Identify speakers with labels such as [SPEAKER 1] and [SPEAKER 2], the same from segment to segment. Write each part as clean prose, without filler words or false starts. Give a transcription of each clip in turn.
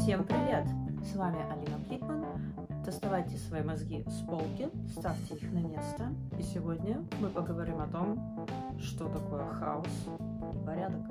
[SPEAKER 1] Всем привет! С вами Алина Плитман. Доставайте свои мозги с полки, ставьте их на место. И сегодня мы поговорим о том, что такое хаос и порядок.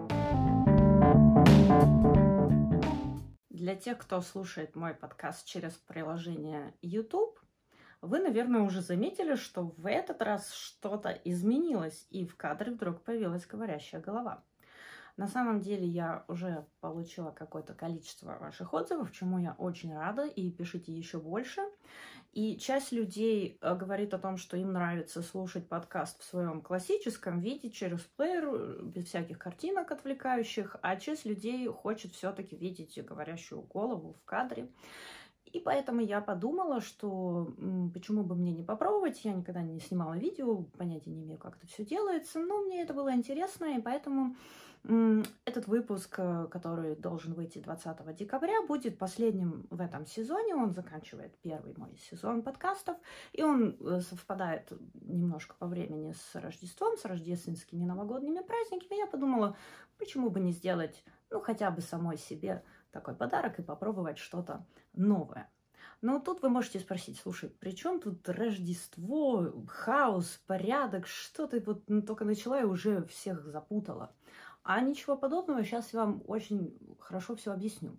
[SPEAKER 1] Для тех, кто слушает мой подкаст через приложение YouTube, вы, наверное, уже заметили, что в этот раз что-то изменилось, и в кадре вдруг появилась говорящая голова. На самом деле я уже получила какое-то количество ваших отзывов, чему я очень рада, и пишите еще больше. И часть людей говорит о том, что им нравится слушать подкаст в своем классическом виде, через плеер, без всяких картинок отвлекающих, а часть людей хочет все-таки видеть говорящую голову в кадре. И поэтому я подумала, что почему бы мне не попробовать. Я никогда не снимала видео, понятия не имею, как это все делается, но мне это было интересно, и поэтому этот выпуск, который должен выйти 20 декабря, будет последним в этом сезоне. Он заканчивает первый мой сезон подкастов, и он совпадает немножко по времени с Рождеством, с рождественскими новогодними праздниками. Я подумала, почему бы не сделать, хотя бы самой себе такой подарок и попробовать что-то новое. Но тут вы можете спросить: слушай, при чем тут Рождество, хаос, порядок? Что ты только начала и уже всех запутала? А ничего подобного, сейчас я вам очень хорошо все объясню.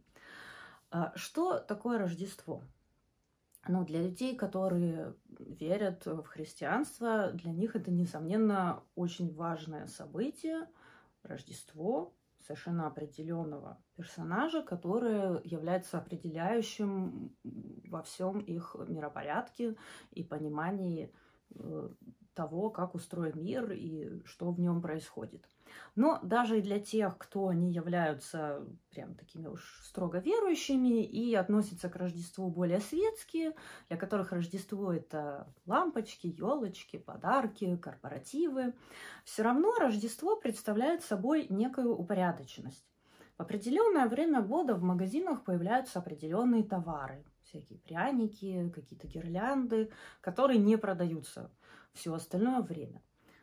[SPEAKER 1] Что такое Рождество? Для людей, которые верят в христианство, для них это, несомненно, очень важное событие. Рождество совершенно определенного персонажа, который является определяющим во всем их миропорядке и понимании того, как устроен мир и что в нем происходит. Но даже и для тех, кто не являются прям такими уж строго верующими и относятся к Рождеству более светски, для которых Рождество — это лампочки, елочки, подарки, корпоративы, все равно Рождество представляет собой некую упорядоченность. В определенное время года в магазинах появляются определенные товары, всякие пряники, какие-то гирлянды, которые не продаются все остальное время.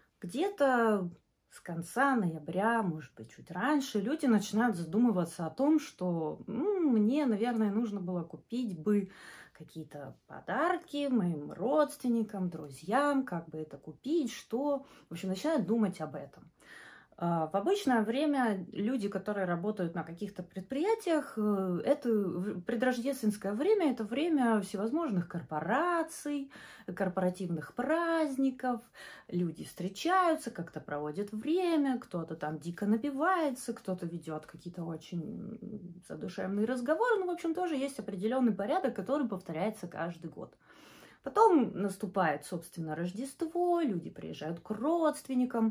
[SPEAKER 1] Где-то с конца ноября, может быть, чуть раньше, люди начинают задумываться о том, что мне, наверное, нужно было купить бы какие-то подарки моим родственникам, друзьям, как бы это купить, что. В общем, начинают думать об этом. В обычное время люди, которые работают на каких-то предприятиях, это предрождественское время, это время всевозможных корпораций, корпоративных праздников. Люди встречаются, как-то проводят время, кто-то там дико напивается, кто-то ведет какие-то очень задушевные разговоры. В общем, тоже есть определенный порядок, который повторяется каждый год. Потом наступает, собственно, Рождество, люди приезжают к родственникам.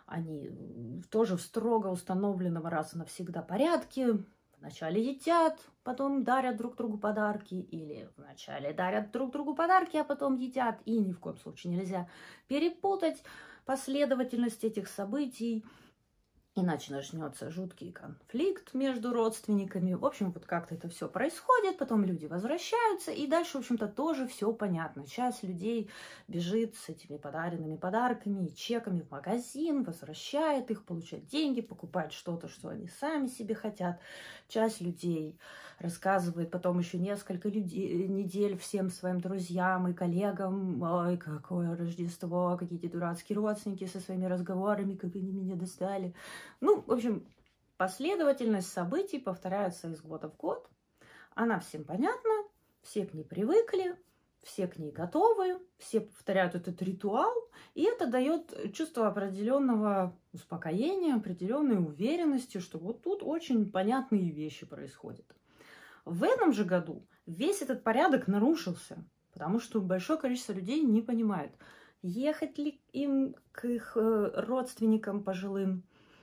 [SPEAKER 1] Они тоже в строго установленном раз и навсегда порядке. Вначале едят, потом дарят друг другу подарки. Или вначале дарят друг другу подарки, а потом едят. И ни в коем случае нельзя перепутать последовательность этих событий. Иначе начнется жуткий конфликт между родственниками. В общем, как-то это все происходит, потом люди возвращаются, и дальше, в общем-то, тоже все понятно. Часть людей бежит с этими подаренными подарками и чеками в магазин, возвращает их, получает деньги, покупает что-то, что они сами себе хотят. Часть людей рассказывает потом еще несколько недель всем своим друзьям и коллегам: ой, какое Рождество, какие-то дурацкие родственники со своими разговорами, как они меня достали. В общем, последовательность событий повторяется из года в год. Она всем понятна, все к ней привыкли, все к ней готовы, все повторяют этот ритуал, и это дает чувство определенного успокоения, определенной уверенности, что вот тут очень понятные вещи происходят. В этом же году весь этот порядок нарушился, потому что большое количество людей не понимает, ехать ли им к их родственникам пожилым.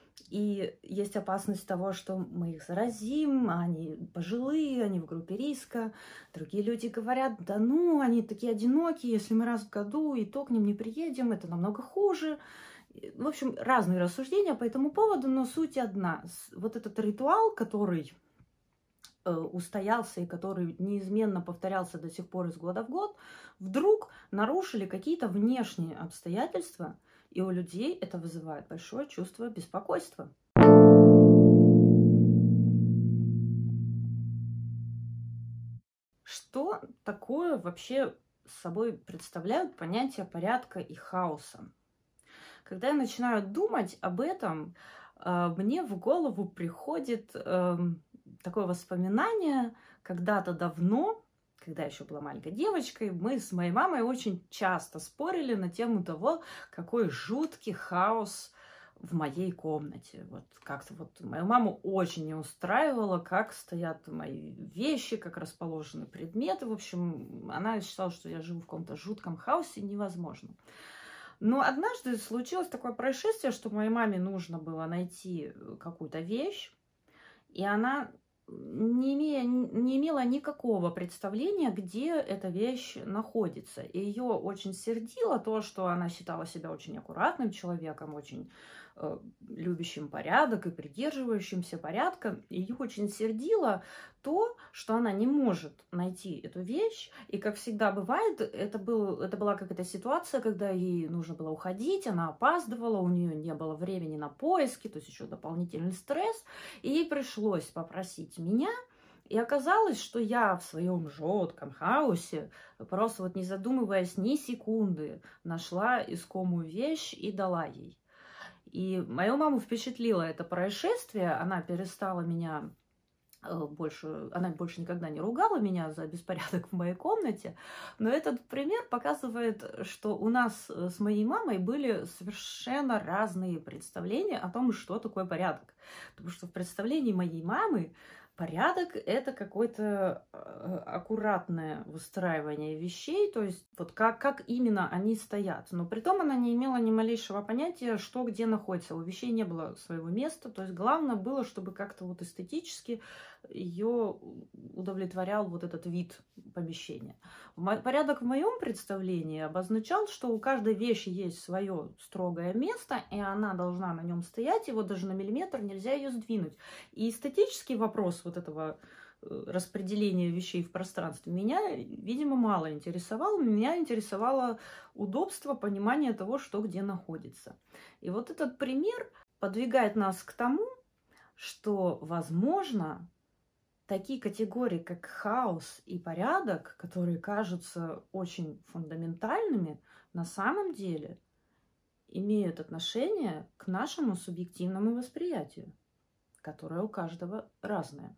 [SPEAKER 1] И есть опасность того, что мы их заразим, они пожилые, они в группе риска. Другие люди говорят: да они такие одинокие, если мы раз в году и то к ним не приедем, это намного хуже. В общем, разные рассуждения по этому поводу, но суть одна. Вот этот ритуал, который устоялся и который неизменно повторялся до сих пор из года в год, вдруг нарушили какие-то внешние обстоятельства, и у людей это вызывает большое чувство беспокойства. что такое вообще собой представляют понятия порядка и хаоса. Когда я начинаю думать об этом, мне в голову приходит такое воспоминание когда-то давно, когда я еще была маленькой девочкой, мы с моей мамой очень часто спорили на тему того, какой жуткий хаос в моей комнате. Вот как-то вот мою маму очень не устраивало, как стоят мои вещи, как расположены предметы. В общем, она считала, что я живу в каком-то жутком хаосе, невозможно. Но однажды случилось такое происшествие, что моей маме нужно было найти какую-то вещь, и она не имела никакого представления, где эта вещь находится. И ее очень сердило то, что она считала себя очень аккуратным человеком, очень любящим порядок и придерживающимся порядка. Ее очень сердило то, что она не может найти эту вещь. И, как всегда бывает, это была какая-то ситуация, когда ей нужно было уходить, она опаздывала, у нее не было времени на поиски, то есть еще дополнительный стресс. И ей пришлось попросить меня. И оказалось, что я в своем жутком хаосе, просто вот не задумываясь ни секунды, нашла искомую вещь и дала ей. И мою маму впечатлило это происшествие, она перестала меня она больше никогда не ругала меня за беспорядок в моей комнате, но этот пример показывает, что у нас с моей мамой были совершенно разные представления о том, что такое порядок. Потому что в представлении моей мамы порядок – это какое-то аккуратное выстраивание вещей, то есть вот как именно они стоят. Но при том она не имела ни малейшего понятия, что где находится. У вещей не было своего места, то есть главное было, чтобы как-то вот эстетически ее удовлетворял вот этот вид помещения. Порядок в моем представлении обозначал, что у каждой вещи есть свое строгое место, и она должна на нем стоять, его даже на миллиметр нельзя ее сдвинуть. И эстетический вопрос вот этого распределения вещей в пространстве меня, видимо, мало интересовал. Меня интересовало удобство, понимание того, что где находится. И вот этот пример подвигает нас к тому, что, возможно, такие категории, как хаос и порядок, которые кажутся очень фундаментальными, на самом деле имеют отношение к нашему субъективному восприятию, которое у каждого разное.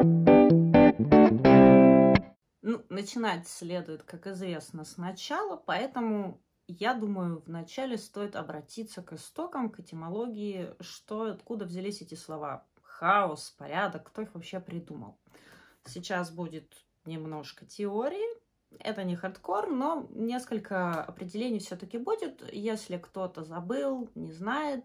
[SPEAKER 1] Ну, начинать следует, как известно, сначала, поэтому я думаю, вначале стоит обратиться к истокам, к этимологии, откуда взялись эти слова. Хаос, порядок, кто их вообще придумал. Сейчас будет немножко теории. Это не хардкор, но несколько определений все-таки будет. Если кто-то забыл, не знает,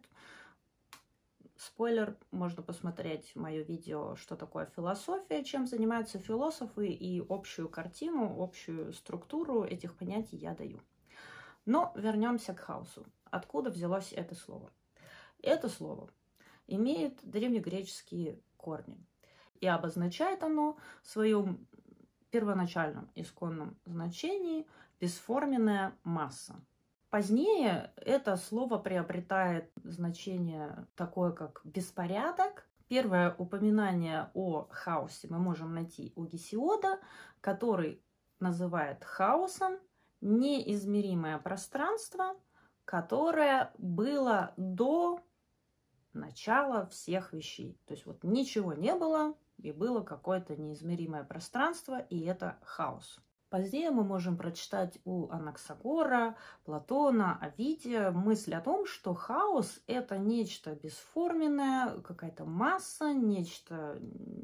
[SPEAKER 1] спойлер, можно посмотреть мое видео «Что такое философия», чем занимаются философы, и общую картину, общую структуру этих понятий я даю. Но вернемся к хаосу. Откуда взялось это слово? Это слово имеет древнегреческие корни. И обозначает оно в своем первоначальном исконном значении бесформенная масса. Позднее это слово приобретает значение такое, как беспорядок. Первое упоминание о хаосе мы можем найти у Гесиода, который называет хаосом неизмеримое пространство, которое было до начала всех вещей. То есть вот ничего не было, и было какое-то неизмеримое пространство, и это хаос. Позднее мы можем прочитать у Анаксагора, Платона, Овидия мысль о том, что хаос – это нечто бесформенное, какая-то масса, нечто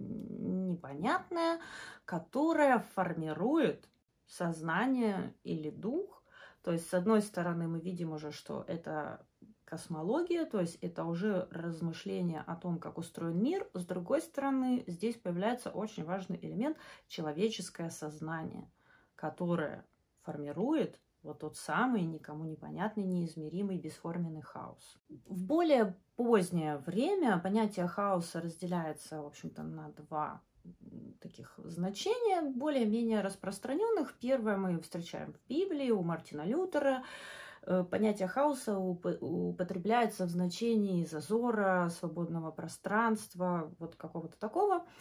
[SPEAKER 1] непонятное, которое формирует сознание или дух. То есть, с одной стороны, мы видим уже, что это космология, то есть это уже размышление о том, как устроен мир. С другой стороны, здесь появляется очень важный элемент – человеческое сознание, которое формирует вот тот самый никому непонятный, неизмеримый, бесформенный хаос. В более позднее время понятие хаоса разделяется, в общем-то, на два таких значения, более-менее распространенных. Первое мы встречаем в Библии, у Мартина Лютера. Понятие хаоса употребляется в значении зазора, свободного пространства, вот какого-то такого.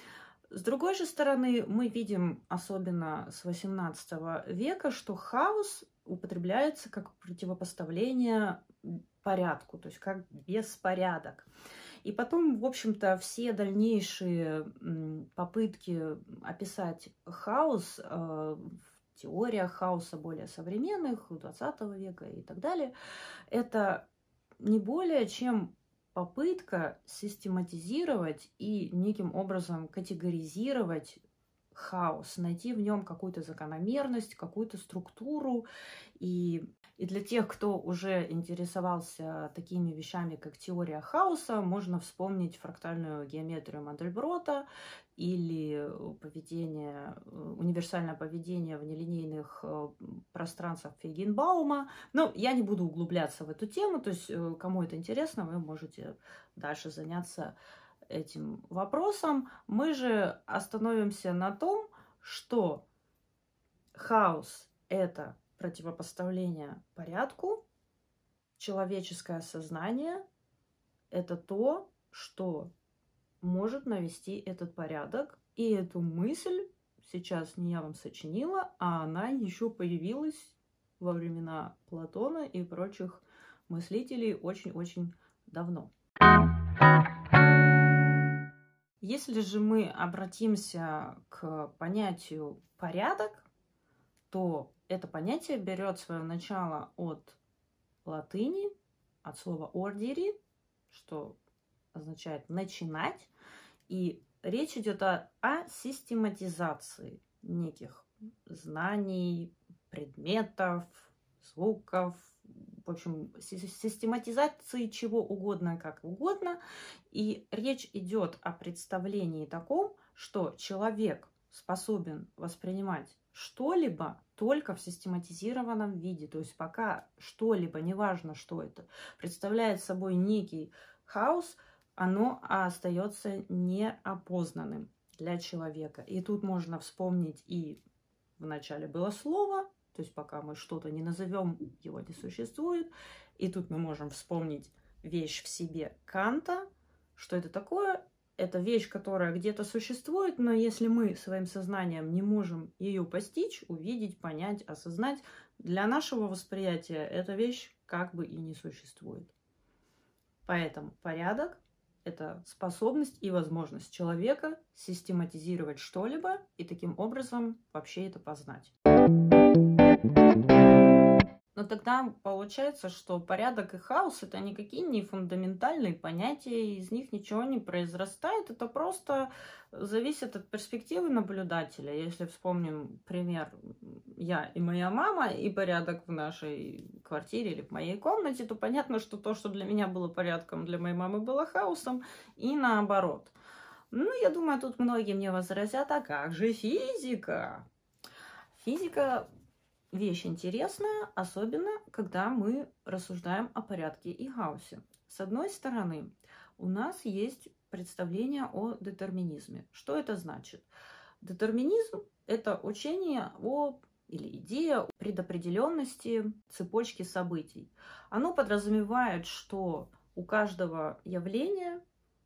[SPEAKER 1] С другой же стороны, мы видим, особенно с XVIII века, что хаос употребляется как противопоставление порядку, то есть как беспорядок. И потом, в общем-то, все дальнейшие попытки описать хаос в теориях хаоса более современных, XX века и так далее, это не более чем попытка систематизировать и неким образом категоризировать хаос, найти в нем какую-то закономерность, какую-то структуру. И для тех, кто уже интересовался такими вещами, как теория хаоса, можно вспомнить фрактальную геометрию Мандельброта или универсальное поведение в нелинейных пространствах Фейгенбаума. Но я не буду углубляться в эту тему, то есть кому это интересно, вы можете дальше заняться этим вопросом. Мы же остановимся на том, что хаос – это противопоставление порядку, человеческое сознание – это то, что может навести этот порядок. И эту мысль сейчас не я вам сочинила, а она еще появилась во времена Платона и прочих мыслителей очень-очень давно. Если же мы обратимся к понятию порядок, то это понятие берет свое начало от латыни, от слова ordere, что означает начинать. И речь идет о систематизации неких знаний, предметов, звуков, в общем, систематизации чего угодно, как угодно. И речь идет о представлении таком, что человек способен воспринимать что-либо только в систематизированном виде. То есть пока что-либо, неважно, что это, представляет собой некий хаос, оно остается неопознанным для человека. И тут можно вспомнить, и в начале было слово, то есть пока мы что-то не назовем, его не существует. И тут мы можем вспомнить вещь в себе Канта. Что это такое? Это вещь, которая где-то существует, но если мы своим сознанием не можем ее постичь, увидеть, понять, осознать, для нашего восприятия эта вещь как бы и не существует. Поэтому порядок – это способность и возможность человека систематизировать что-либо и таким образом вообще это познать. Но тогда получается, что порядок и хаос – это никакие не фундаментальные понятия, из них ничего не произрастает, это просто зависит от перспективы наблюдателя. Если вспомним пример «я и моя мама» и порядок в нашей квартире или в моей комнате, то понятно, что то, что для меня было порядком, для моей мамы было хаосом, и наоборот. Ну, я думаю, тут многие мне возразят, а как же физика? Физика – вещь интересная, особенно когда мы рассуждаем о порядке и хаосе. С одной стороны, у нас есть представление о детерминизме. Что это значит? Детерминизм – это учение или идея о предопределенности цепочки событий. Оно подразумевает, что у каждого явления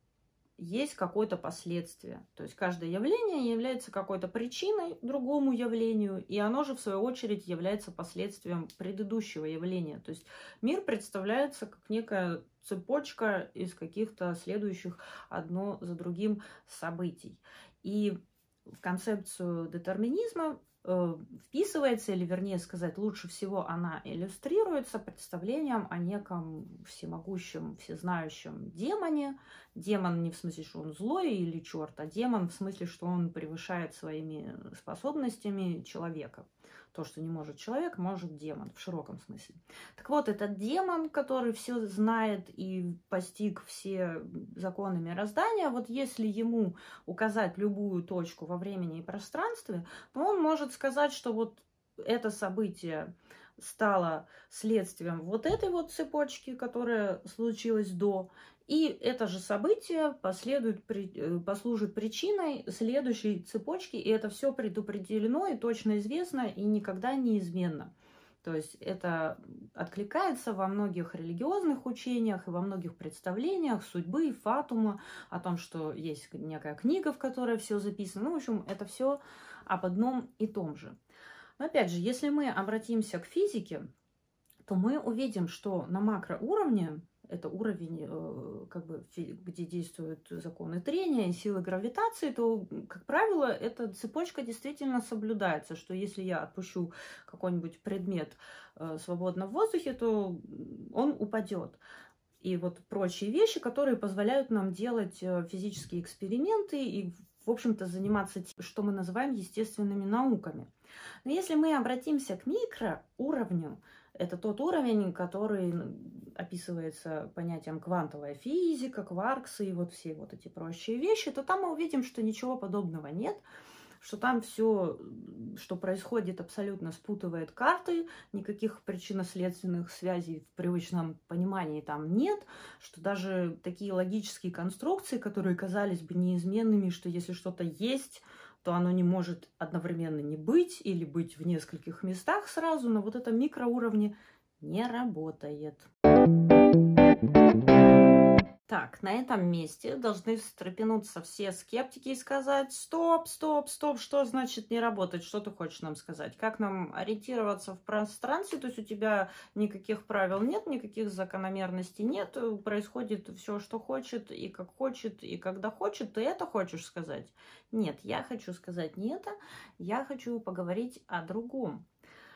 [SPEAKER 1] есть какое-то последствие. То есть каждое явление является какой-то причиной другому явлению, и оно же, в свою очередь, является последствием предыдущего явления. То есть мир представляется как некая цепочка из каких-то следующих одно за другим событий. И в концепцию детерминизма вписывается, или вернее сказать, лучше всего она иллюстрируется представлением о неком всемогущем, всезнающем демоне. Демон не в смысле, что он злой или черт, а демон в смысле, что он превышает своими способностями человека. То, что не может человек, может демон в широком смысле. Так вот, этот демон, который все знает и постиг все законы мироздания, вот если ему указать любую точку во времени и пространстве, то он может сказать, что вот это событие стало следствием вот этой вот цепочки, которая случилась до, и это же событие послужит причиной следующей цепочки, и это все предопределено и точно известно, и никогда неизменно. То есть это откликается во многих религиозных учениях и во многих представлениях судьбы, фатума, о том, что есть некая книга, в которой все записано. Ну, в общем, это все об одном и том же. Но опять же, если мы обратимся к физике, то мы увидим, что на макроуровне, это уровень, где действуют законы трения и силы гравитации, то, как правило, эта цепочка действительно соблюдается, что если я отпущу какой-нибудь предмет свободно в воздухе, то он упадет. И вот прочие вещи, которые позволяют нам делать физические эксперименты и, в общем-то, заниматься тем, что мы называем естественными науками. Но если мы обратимся к микроуровню, это тот уровень, который описывается понятием квантовая физика, кварксы и вот все вот эти прочие вещи, то там мы увидим, что ничего подобного нет, что там все, что происходит, абсолютно спутывает карты, никаких причинно-следственных связей в привычном понимании там нет, что даже такие логические конструкции, которые казались бы неизменными, что если что-то есть, то оно не может одновременно не быть или быть в нескольких местах сразу, на вот этом микроуровне не работает. Так, на этом месте должны встрепенуться все скептики и сказать: стоп, стоп, стоп, что значит не работать? Что ты хочешь нам сказать? Как нам ориентироваться в пространстве? То есть у тебя никаких правил нет, никаких закономерностей нет, происходит все, что хочет, и как хочет, и когда хочет. Ты это хочешь сказать? Нет, я хочу сказать не это, я хочу поговорить о другом.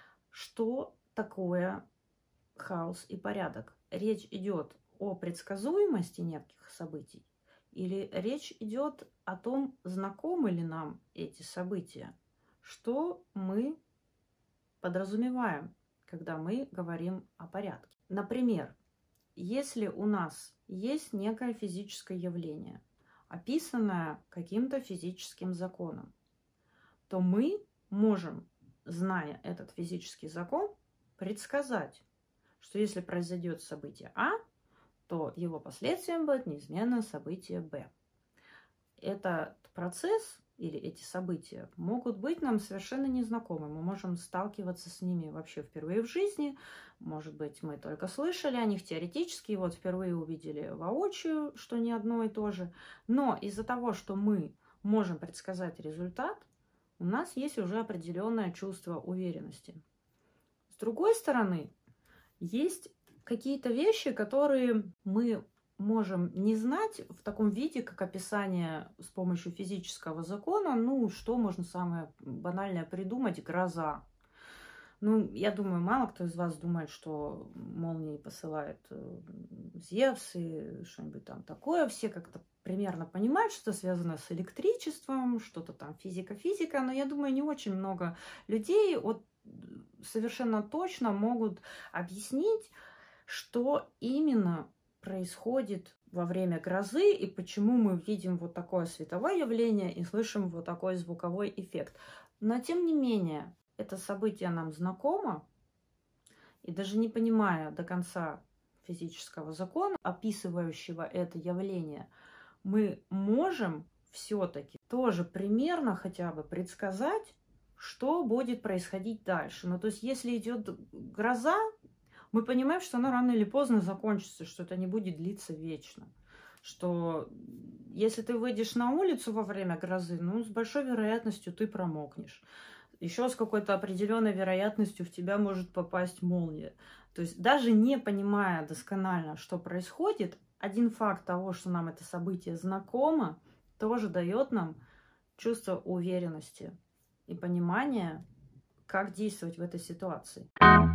[SPEAKER 1] Что такое хаос и порядок? Речь идет о предсказуемости неких событий, или речь идет о том, знакомы ли нам эти события, что мы подразумеваем, когда мы говорим о порядке. Например, если у нас есть некое физическое явление, описанное каким-то физическим законом, то мы можем, зная этот физический закон, предсказать, что если произойдет событие А, то его последствием будет неизменно событие Б. Этот процесс или эти события могут быть нам совершенно незнакомы. Мы можем сталкиваться с ними вообще впервые в жизни. Может быть, мы только слышали о них теоретически, и вот впервые увидели воочию, что не одно и то же. Но из-за того, что мы можем предсказать результат, у нас есть уже определенное чувство уверенности. С другой стороны, есть какие-то вещи, которые мы можем не знать в таком виде, как описание с помощью физического закона. Ну, что можно самое банальное придумать? Гроза. Ну, я думаю, мало кто из вас думает, что молнии посылает Зевс и что-нибудь там такое. Все как-то примерно понимают, что связано с электричеством, что-то там физика. Но я думаю, не очень много людей вот совершенно точно могут объяснить, что именно происходит во время грозы и почему мы видим вот такое световое явление и слышим вот такой звуковой эффект. Но тем не менее, это событие нам знакомо, и даже не понимая до конца физического закона, описывающего это явление, мы можем все-таки тоже примерно хотя бы предсказать, что будет происходить дальше. Ну, то есть, если идет гроза, мы понимаем, что она рано или поздно закончится, что это не будет длиться вечно. Что если ты выйдешь на улицу во время грозы, ну, с большой вероятностью ты промокнешь. Еще с какой-то определенной вероятностью в тебя может попасть молния. То есть даже не понимая досконально, что происходит, один факт того, что нам это событие знакомо, тоже дает нам чувство уверенности и понимание, как действовать в этой ситуации.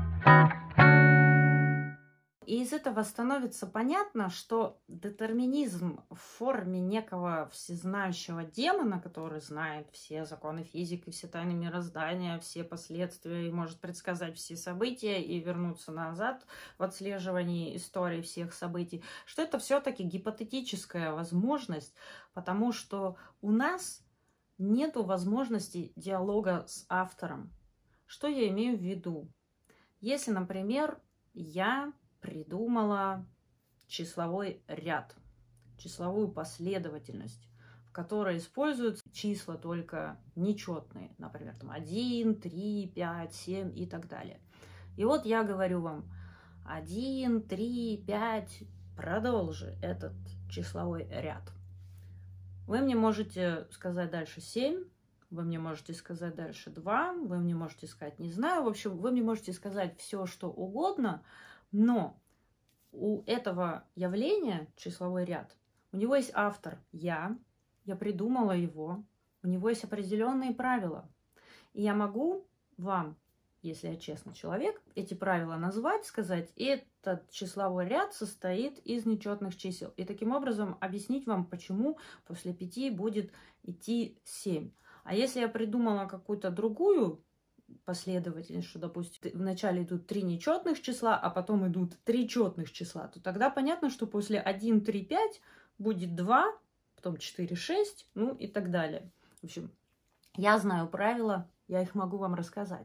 [SPEAKER 1] И из этого становится понятно, что детерминизм в форме некого всезнающего демона, который знает все законы физики, все тайны мироздания, все последствия, и может предсказать все события и вернуться назад в отслеживании истории всех событий, что это все-таки гипотетическая возможность, потому что у нас нет возможности диалога с автором. Что я имею в виду? Если, например, я придумала числовой ряд, числовую последовательность, в которой используются числа только нечетные, например, там 1, 3, 5, 7 и так далее. И вот я говорю вам 1, 3, 5, продолжи этот числовой ряд. Вы мне можете сказать дальше 7, вы мне можете сказать дальше 2, вы мне можете сказать не знаю. В общем, вы мне можете сказать все, что угодно, но у этого явления, числовой ряд, у него есть автор я придумала его, у него есть определенные правила. И я могу вам, если я честный человек, эти правила назвать, сказать, этот числовой ряд состоит из нечетных чисел. И таким образом объяснить вам, почему после 5 будет идти 7. А если я придумала какую-то другую последовательность, что, допустим, вначале идут 3 нечетных числа, а потом идут 3 четных числа, то тогда понятно, что после 1, 3, 5 будет 2, потом 4, 6, ну и так далее. В общем, я знаю правила, я их могу вам рассказать.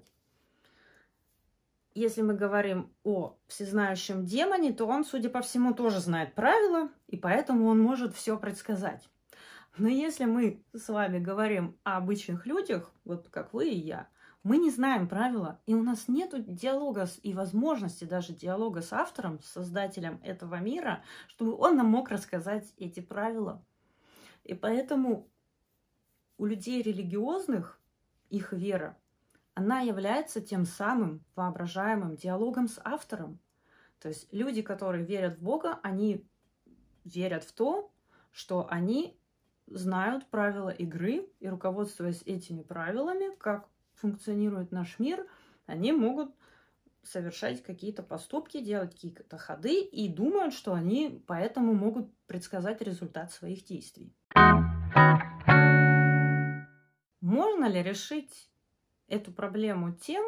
[SPEAKER 1] Если мы говорим о всезнающем демоне, то он, судя по всему, тоже знает правила, и поэтому он может все предсказать. Но если мы с вами говорим о обычных людях, вот как вы и я, мы не знаем правила, и у нас нет диалога и возможности даже диалога с автором, с создателем этого мира, чтобы он нам мог рассказать эти правила. И поэтому у людей религиозных их вера, она является тем самым воображаемым диалогом с автором. То есть люди, которые верят в Бога, они верят в то, что они знают правила игры, и руководствуясь этими правилами, как функционирует наш мир, они могут совершать какие-то поступки, делать какие-то ходы и думают, что они поэтому могут предсказать результат своих действий. Можно ли решить эту проблему тем,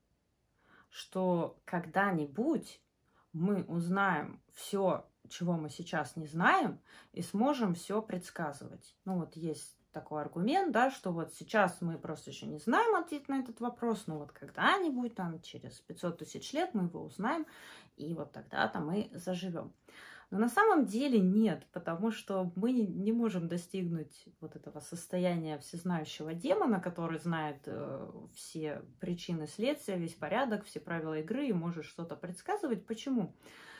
[SPEAKER 1] что когда-нибудь мы узнаем все, чего мы сейчас не знаем, и сможем все предсказывать? Ну вот есть такой аргумент, да, что вот сейчас мы просто еще не знаем ответ на этот вопрос, но вот когда-нибудь, там, через 500 тысяч лет мы его узнаем, и вот тогда-то мы заживем. Но на самом деле нет, потому что мы не можем достигнуть вот этого состояния всезнающего демона, который знает все причины следствия, весь порядок, все правила игры и может что-то предсказывать. Почему?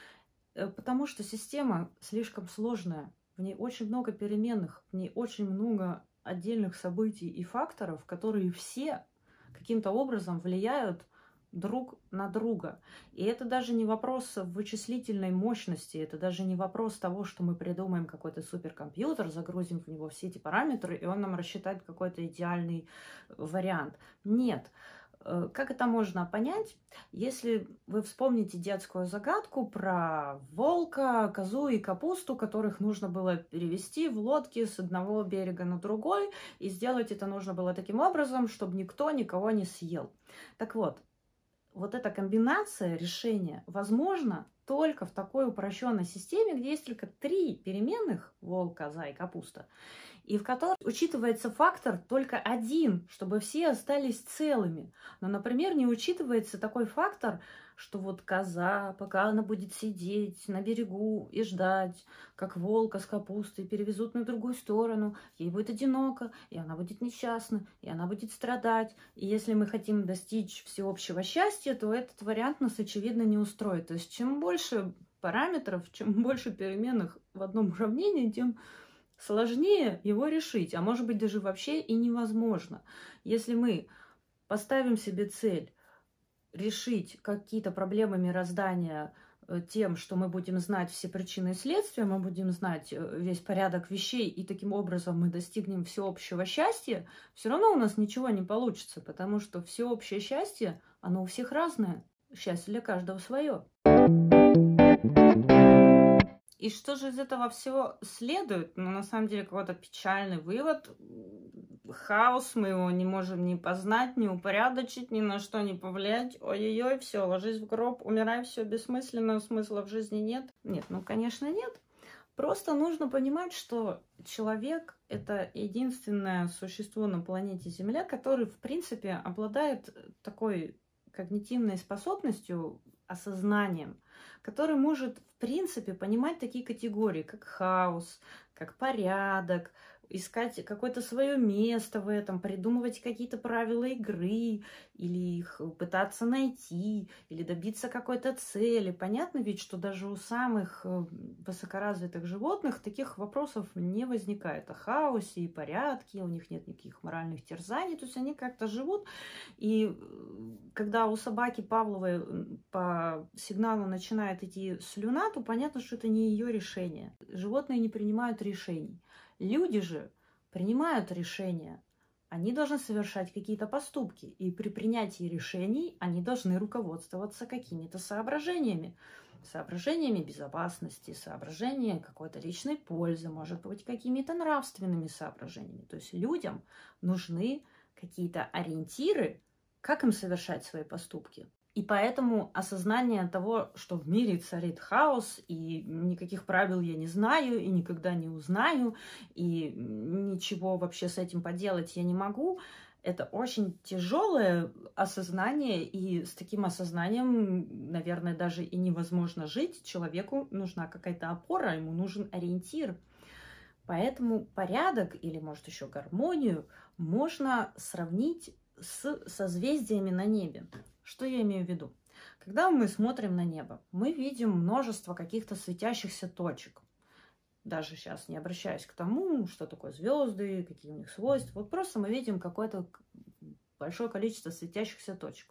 [SPEAKER 1] Потому что система слишком сложная, в ней очень много переменных, в ней очень много отдельных событий и факторов, которые все каким-то образом влияют друг на друга. И это даже не вопрос вычислительной мощности, это даже не вопрос того, что мы придумаем какой-то суперкомпьютер, загрузим в него все эти параметры, и он нам рассчитает какой-то идеальный вариант. Нет. Как это можно понять? Если вы вспомните детскую загадку про волка, козу и капусту, которых нужно было перевести в лодке с одного берега на другой, и сделать это нужно было таким образом, чтобы никто никого не съел. Так вот, вот эта комбинация решения возможна только в такой упрощенной системе, где есть только 3 переменных – волк, коза и капуста, и в которой учитывается фактор только один, чтобы все остались целыми. Но, например, не учитывается такой фактор, что вот коза, пока она будет сидеть на берегу и ждать, как волка с капустой перевезут на другую сторону, ей будет одиноко, и она будет несчастна, и она будет страдать. И если мы хотим достичь всеобщего счастья, то этот вариант нас, очевидно, не устроит. То есть чем больше параметров, чем больше переменных в одном уравнении, тем сложнее его решить, а может быть даже вообще и невозможно. Если мы поставим себе цель решить какие-то проблемы мироздания тем, что мы будем знать все причины и следствия, мы будем знать весь порядок вещей, и таким образом мы достигнем всеобщего счастья, все равно у нас ничего не получится, потому что всеобщее счастье, оно у всех разное. Счастье для каждого свое. И что же из этого всего следует? Ну, на самом деле, какой-то печальный вывод. Хаос, мы его не можем ни познать, ни упорядочить, ни на что не повлиять. Ой-ой-ой, все, ложись в гроб, умирай, все бессмысленно, смысла в жизни нет. Нет, ну, конечно, нет. Просто нужно понимать, что человек – это единственное существо на планете Земля, который, в принципе, обладает такой когнитивной способностью, осознанием, который может, в принципе, понимать такие категории, как хаос, как порядок, искать какое-то свое место в этом, придумывать какие-то правила игры, или их пытаться найти, или добиться какой-то цели. Понятно ведь, что даже у самых высокоразвитых животных таких вопросов не возникает о хаосе и порядке, у них нет никаких моральных терзаний, то есть они как-то живут. И когда у собаки Павловой по сигналу начинает идти слюна, то понятно, что это не ее решение. Животные не принимают решений. Люди же принимают решения. Они должны совершать какие-то поступки. И при принятии решений они должны руководствоваться какими-то соображениями. Соображениями безопасности, соображениями какой-то личной пользы, может быть, какими-то нравственными соображениями. То есть людям нужны какие-то ориентиры, как им совершать свои поступки. И поэтому осознание того, что в мире царит хаос, и никаких правил я не знаю, и никогда не узнаю, и ничего вообще с этим поделать я не могу, это очень тяжелое осознание, и с таким осознанием, наверное, даже и невозможно жить. Человеку нужна какая-то опора, ему нужен ориентир. Поэтому порядок, или, может, еще гармонию, можно сравнить с созвездиями на небе. Что я имею в виду? Когда мы смотрим на небо, мы видим множество каких-то светящихся точек. Даже сейчас не обращаюсь к тому, что такое звезды, какие у них свойства. Вот просто мы видим какое-то большое количество светящихся точек.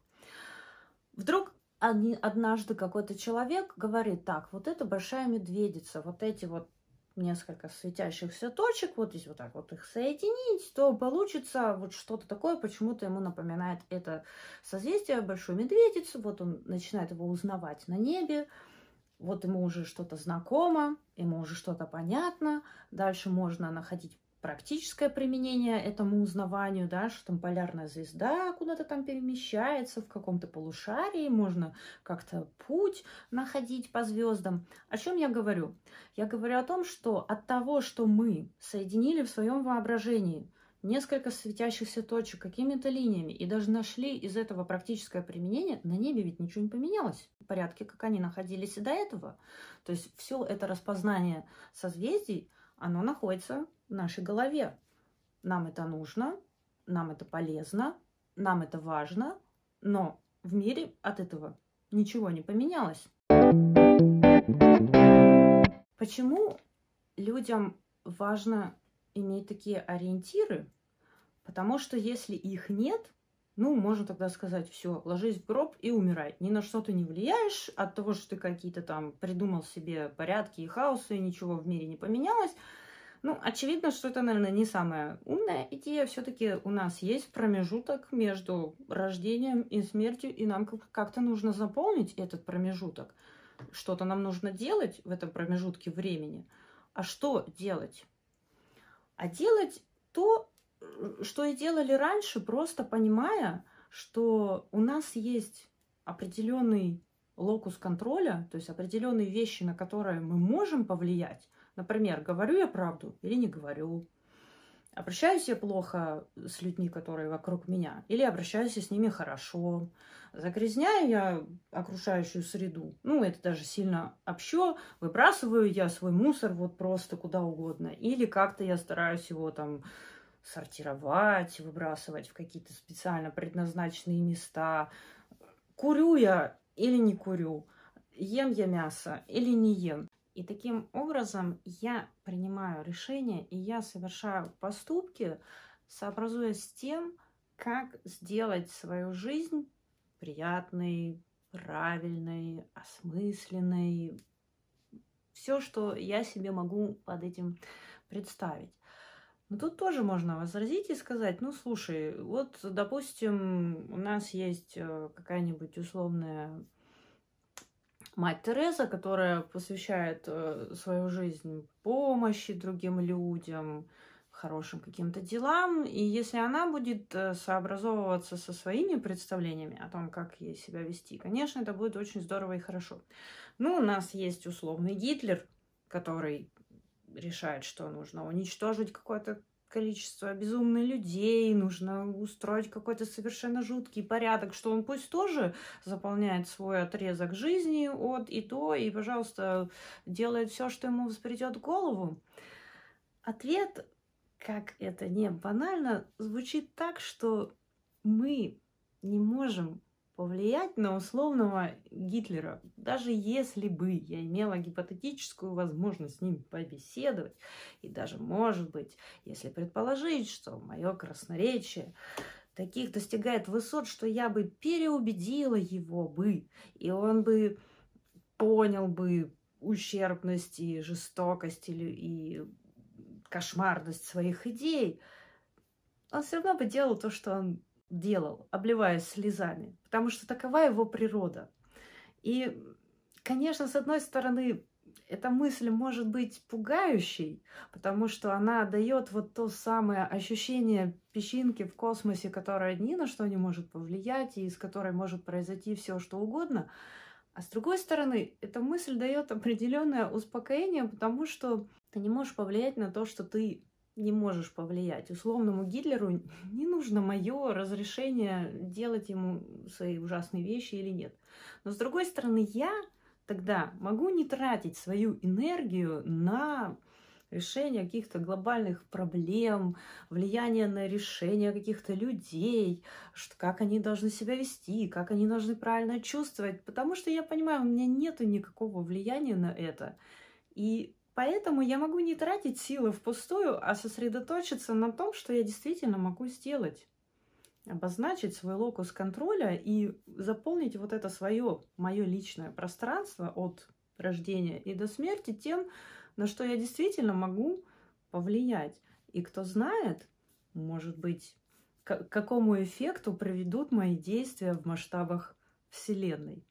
[SPEAKER 1] Вдруг однажды какой-то человек говорит: так, вот это большая медведица, вот эти вот несколько светящихся точек, вот если вот так вот их соединить, то получится вот что-то такое, почему-то ему напоминает это созвездие большой медведицы. Вот он начинает его узнавать на небе, вот ему уже что-то знакомо, ему уже что-то понятно. Дальше можно находить практическое применение этому узнаванию, да, что там полярная звезда куда-то там перемещается в каком-то полушарии, можно как-то путь находить по звездам. О чем я говорю? Я говорю о том, что от того, что мы соединили в своем воображении несколько светящихся точек какими-то линиями и даже нашли из этого практическое применение, на небе ведь ничего не поменялось. В порядке, как они находились и до этого. То есть все это распознание созвездий, оно находится в нашей голове. Нам это нужно, нам это полезно, нам это важно, но в мире от этого ничего не поменялось. Почему людям важно иметь такие ориентиры? Потому что если их нет, ну, можно тогда сказать: все, ложись в гроб и умирай. Ни на что ты не влияешь от того, что ты какие-то там придумал себе порядки и хаосы, и ничего в мире не поменялось. Ну, очевидно, что это, наверное, не самая умная идея. Все-таки у нас есть промежуток между рождением и смертью, и нам как-то нужно заполнить этот промежуток. Что-то нам нужно делать в этом промежутке времени. А что делать? А делать то, что и делали раньше, просто понимая, что у нас есть определенный локус контроля, то есть определенные вещи, на которые мы можем повлиять. Например, говорю я правду или не говорю? Обращаюсь я плохо с людьми, которые вокруг меня, или обращаюсь я с ними хорошо? Загрязняю я окружающую среду? Ну, это даже сильно общо. Выбрасываю я свой мусор вот просто куда угодно? Или как-то я стараюсь его там сортировать, выбрасывать в какие-то специально предназначенные места? Курю я или не курю? Ем я мясо или не ем? И таким образом я принимаю решения, и я совершаю поступки, сообразуясь с тем, как сделать свою жизнь приятной, правильной, осмысленной. Все, что я себе могу под этим представить. Но тут тоже можно возразить и сказать: ну, слушай, вот, допустим, у нас есть какая-нибудь условная мать Тереза, которая посвящает свою жизнь помощи другим людям, хорошим каким-то делам. И если она будет сообразовываться со своими представлениями о том, как ей себя вести, конечно, это будет очень здорово и хорошо. Ну, у нас есть условный Гитлер, который решает, что нужно уничтожить какое-то количество безумных людей, нужно устроить какой-то совершенно жуткий порядок, что он пусть тоже заполняет свой отрезок жизни от и до, и, пожалуйста, делает все, что ему взбредет в голову. Ответ как это не банально, звучит так, что мы не можем повлиять на условного Гитлера, даже если бы я имела гипотетическую возможность с ним побеседовать, и даже, может быть, если предположить, что мое красноречие таких достигает высот, что я бы переубедила его бы, и он бы понял бы ущербность и жестокость и кошмарность своих идей, он все равно бы делал то, что он делал, обливаясь слезами, потому что такова его природа. И, конечно, с одной стороны, эта мысль может быть пугающей, потому что она дает вот то самое ощущение песчинки в космосе, которая ни на что не может повлиять и из которой может произойти все, что угодно. А с другой стороны, эта мысль дает определенное успокоение, потому что ты не можешь повлиять на то, что ты не можешь повлиять. Условному Гитлеру не нужно мое разрешение делать ему свои ужасные вещи или нет. Но с другой стороны, я тогда могу не тратить свою энергию на решение каких-то глобальных проблем, влияние на решение каких-то людей, как они должны себя вести, как они должны правильно чувствовать, потому что я понимаю, у меня нету никакого влияния на это. И поэтому я могу не тратить силы впустую, а сосредоточиться на том, что я действительно могу сделать. Обозначить свой локус контроля и заполнить вот это свое, мое личное пространство от рождения и до смерти тем, на что я действительно могу повлиять. И кто знает, может быть, к какому эффекту приведут мои действия в масштабах Вселенной.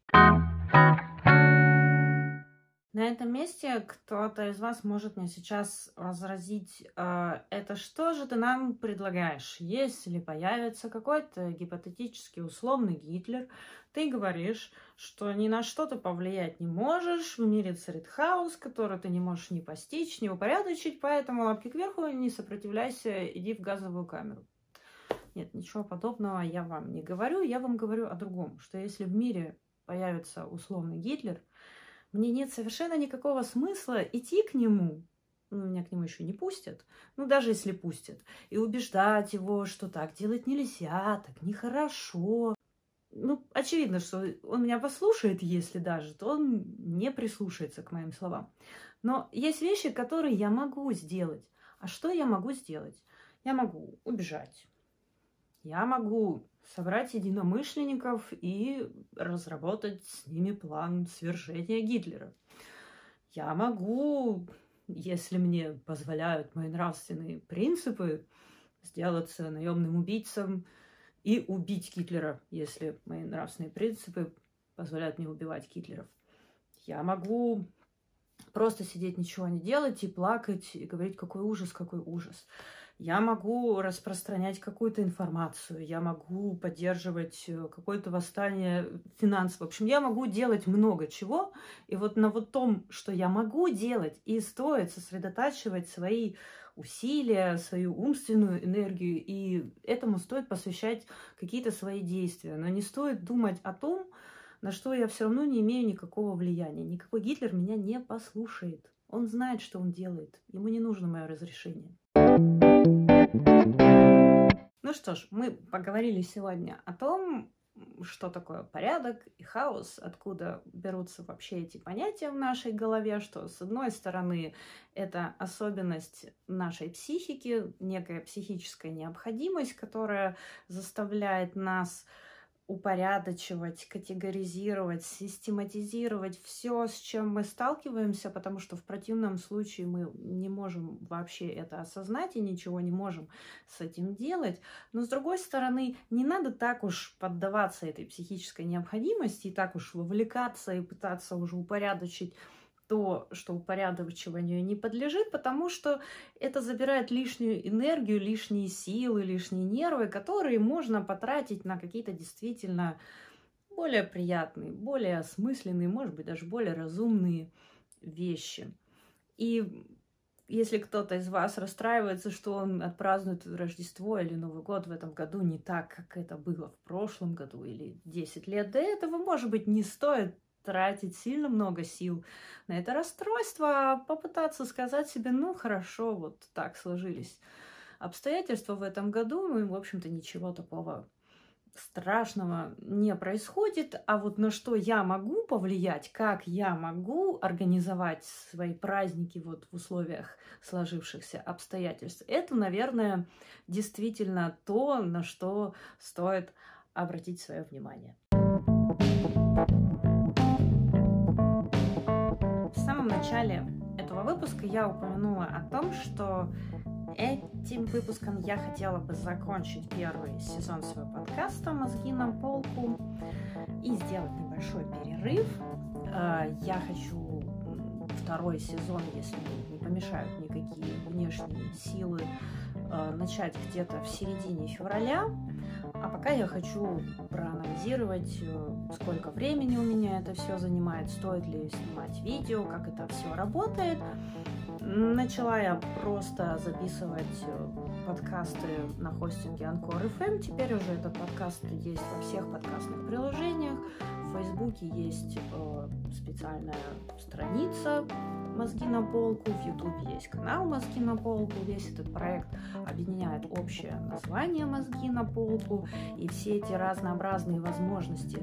[SPEAKER 1] На этом месте кто-то из вас может мне сейчас возразить, это что же ты нам предлагаешь? Если появится какой-то гипотетический условный Гитлер, ты говоришь, что ни на что ты повлиять не можешь, в мире царит хаос, который ты не можешь ни постичь, ни упорядочить, поэтому лапки кверху, не сопротивляйся, иди в газовую камеру. Нет, ничего подобного я вам не говорю, я вам говорю о другом, что если в мире появится условный Гитлер, мне нет совершенно никакого смысла идти к нему, меня к нему еще не пустят, даже если пустят, и убеждать его, что так делать нельзя, так нехорошо. Очевидно, что он меня послушает, если даже, то он не прислушается к моим словам. Но есть вещи, которые я могу сделать. А что я могу сделать? Я могу убежать. Я могу собрать единомышленников и разработать с ними план свержения Гитлера. Я могу, если мне позволяют мои нравственные принципы, сделаться наемным убийцем и убить Гитлера, если мои нравственные принципы позволяют мне убивать Гитлеров. Я могу просто сидеть, ничего не делать и плакать, и говорить, какой ужас, какой ужас. Я могу распространять какую-то информацию, я могу поддерживать какое-то восстание финансов. В общем, я могу делать много чего. И вот на вот том, что я могу делать, и стоит сосредотачивать свои усилия, свою умственную энергию, и этому стоит посвящать какие-то свои действия. Но не стоит думать о том, на что я все равно не имею никакого влияния. Никакой Гитлер меня не послушает. Он знает, что он делает. Ему не нужно мое разрешение. Ну что ж, мы поговорили сегодня о том, что такое порядок и хаос, откуда берутся вообще эти понятия в нашей голове, что, с одной стороны, это особенность нашей психики, некая психическая необходимость, которая заставляет нас упорядочивать, категоризировать, систематизировать все, с чем мы сталкиваемся, потому что в противном случае мы не можем вообще это осознать и ничего не можем с этим делать. Но, с другой стороны, не надо так уж поддаваться этой психической необходимости и так уж вовлекаться и пытаться уже упорядочить то, что упорядочиванию не подлежит, потому что это забирает лишнюю энергию, лишние силы, лишние нервы, которые можно потратить на какие-то действительно более приятные, более осмысленные, может быть, даже более разумные вещи. И если кто-то из вас расстраивается, что он отпразднует Рождество или Новый год в этом году не так, как это было в прошлом году или 10 лет до этого, может быть, не стоит тратить сильно много сил на это расстройство, а попытаться сказать себе, хорошо, вот так сложились обстоятельства в этом году, и, в общем-то, ничего такого страшного не происходит. А вот на что я могу повлиять, как я могу организовать свои праздники вот в условиях сложившихся обстоятельств, это, наверное, действительно то, на что стоит обратить свое внимание. В самом начале этого выпуска я упомянула о том, что этим выпуском я хотела бы закончить первый сезон своего подкаста «Мозги на полку» и сделать небольшой перерыв. Я хочу второй сезон, если не помешают никакие внешние силы, начать где-то в середине февраля. А пока я хочу проанализировать, сколько времени у меня это все занимает, стоит ли снимать видео, как это все работает. Начала я просто записывать подкасты на хостинге Anchor FM. Теперь уже этот подкаст есть во всех подкастных приложениях. В Фейсбуке есть специальная страница «Мозги на полку», в Ютубе есть канал «Мозги на полку». Весь этот проект объединяет общее название «Мозги на полку», и все эти разнообразные возможности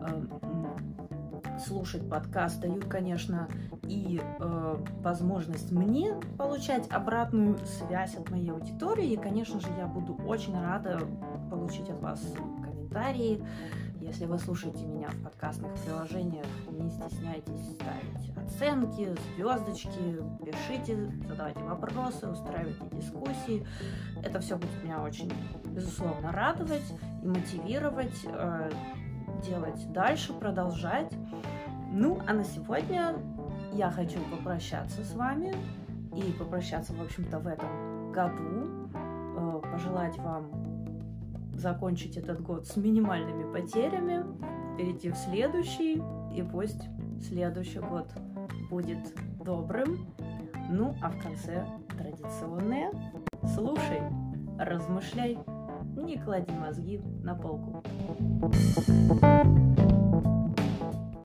[SPEAKER 1] слушать подкаст дают, конечно, и возможность мне получать обратную связь от моей аудитории. И, конечно же, я буду очень рада получить от вас комментарии. Если вы слушаете меня в подкастных приложениях, не стесняйтесь ставить оценки, звездочки, пишите, задавайте вопросы, устраивайте дискуссии. Это все будет меня очень, безусловно, радовать и мотивировать делать дальше, продолжать. Ну, а на сегодня я хочу попрощаться с вами и попрощаться, в общем-то, в этом году. Пожелать вам закончить этот год с минимальными потерями, перейти в следующий, и пусть следующий год будет добрым. Ну, а в конце традиционное: слушай, размышляй, не клади мозги на полку.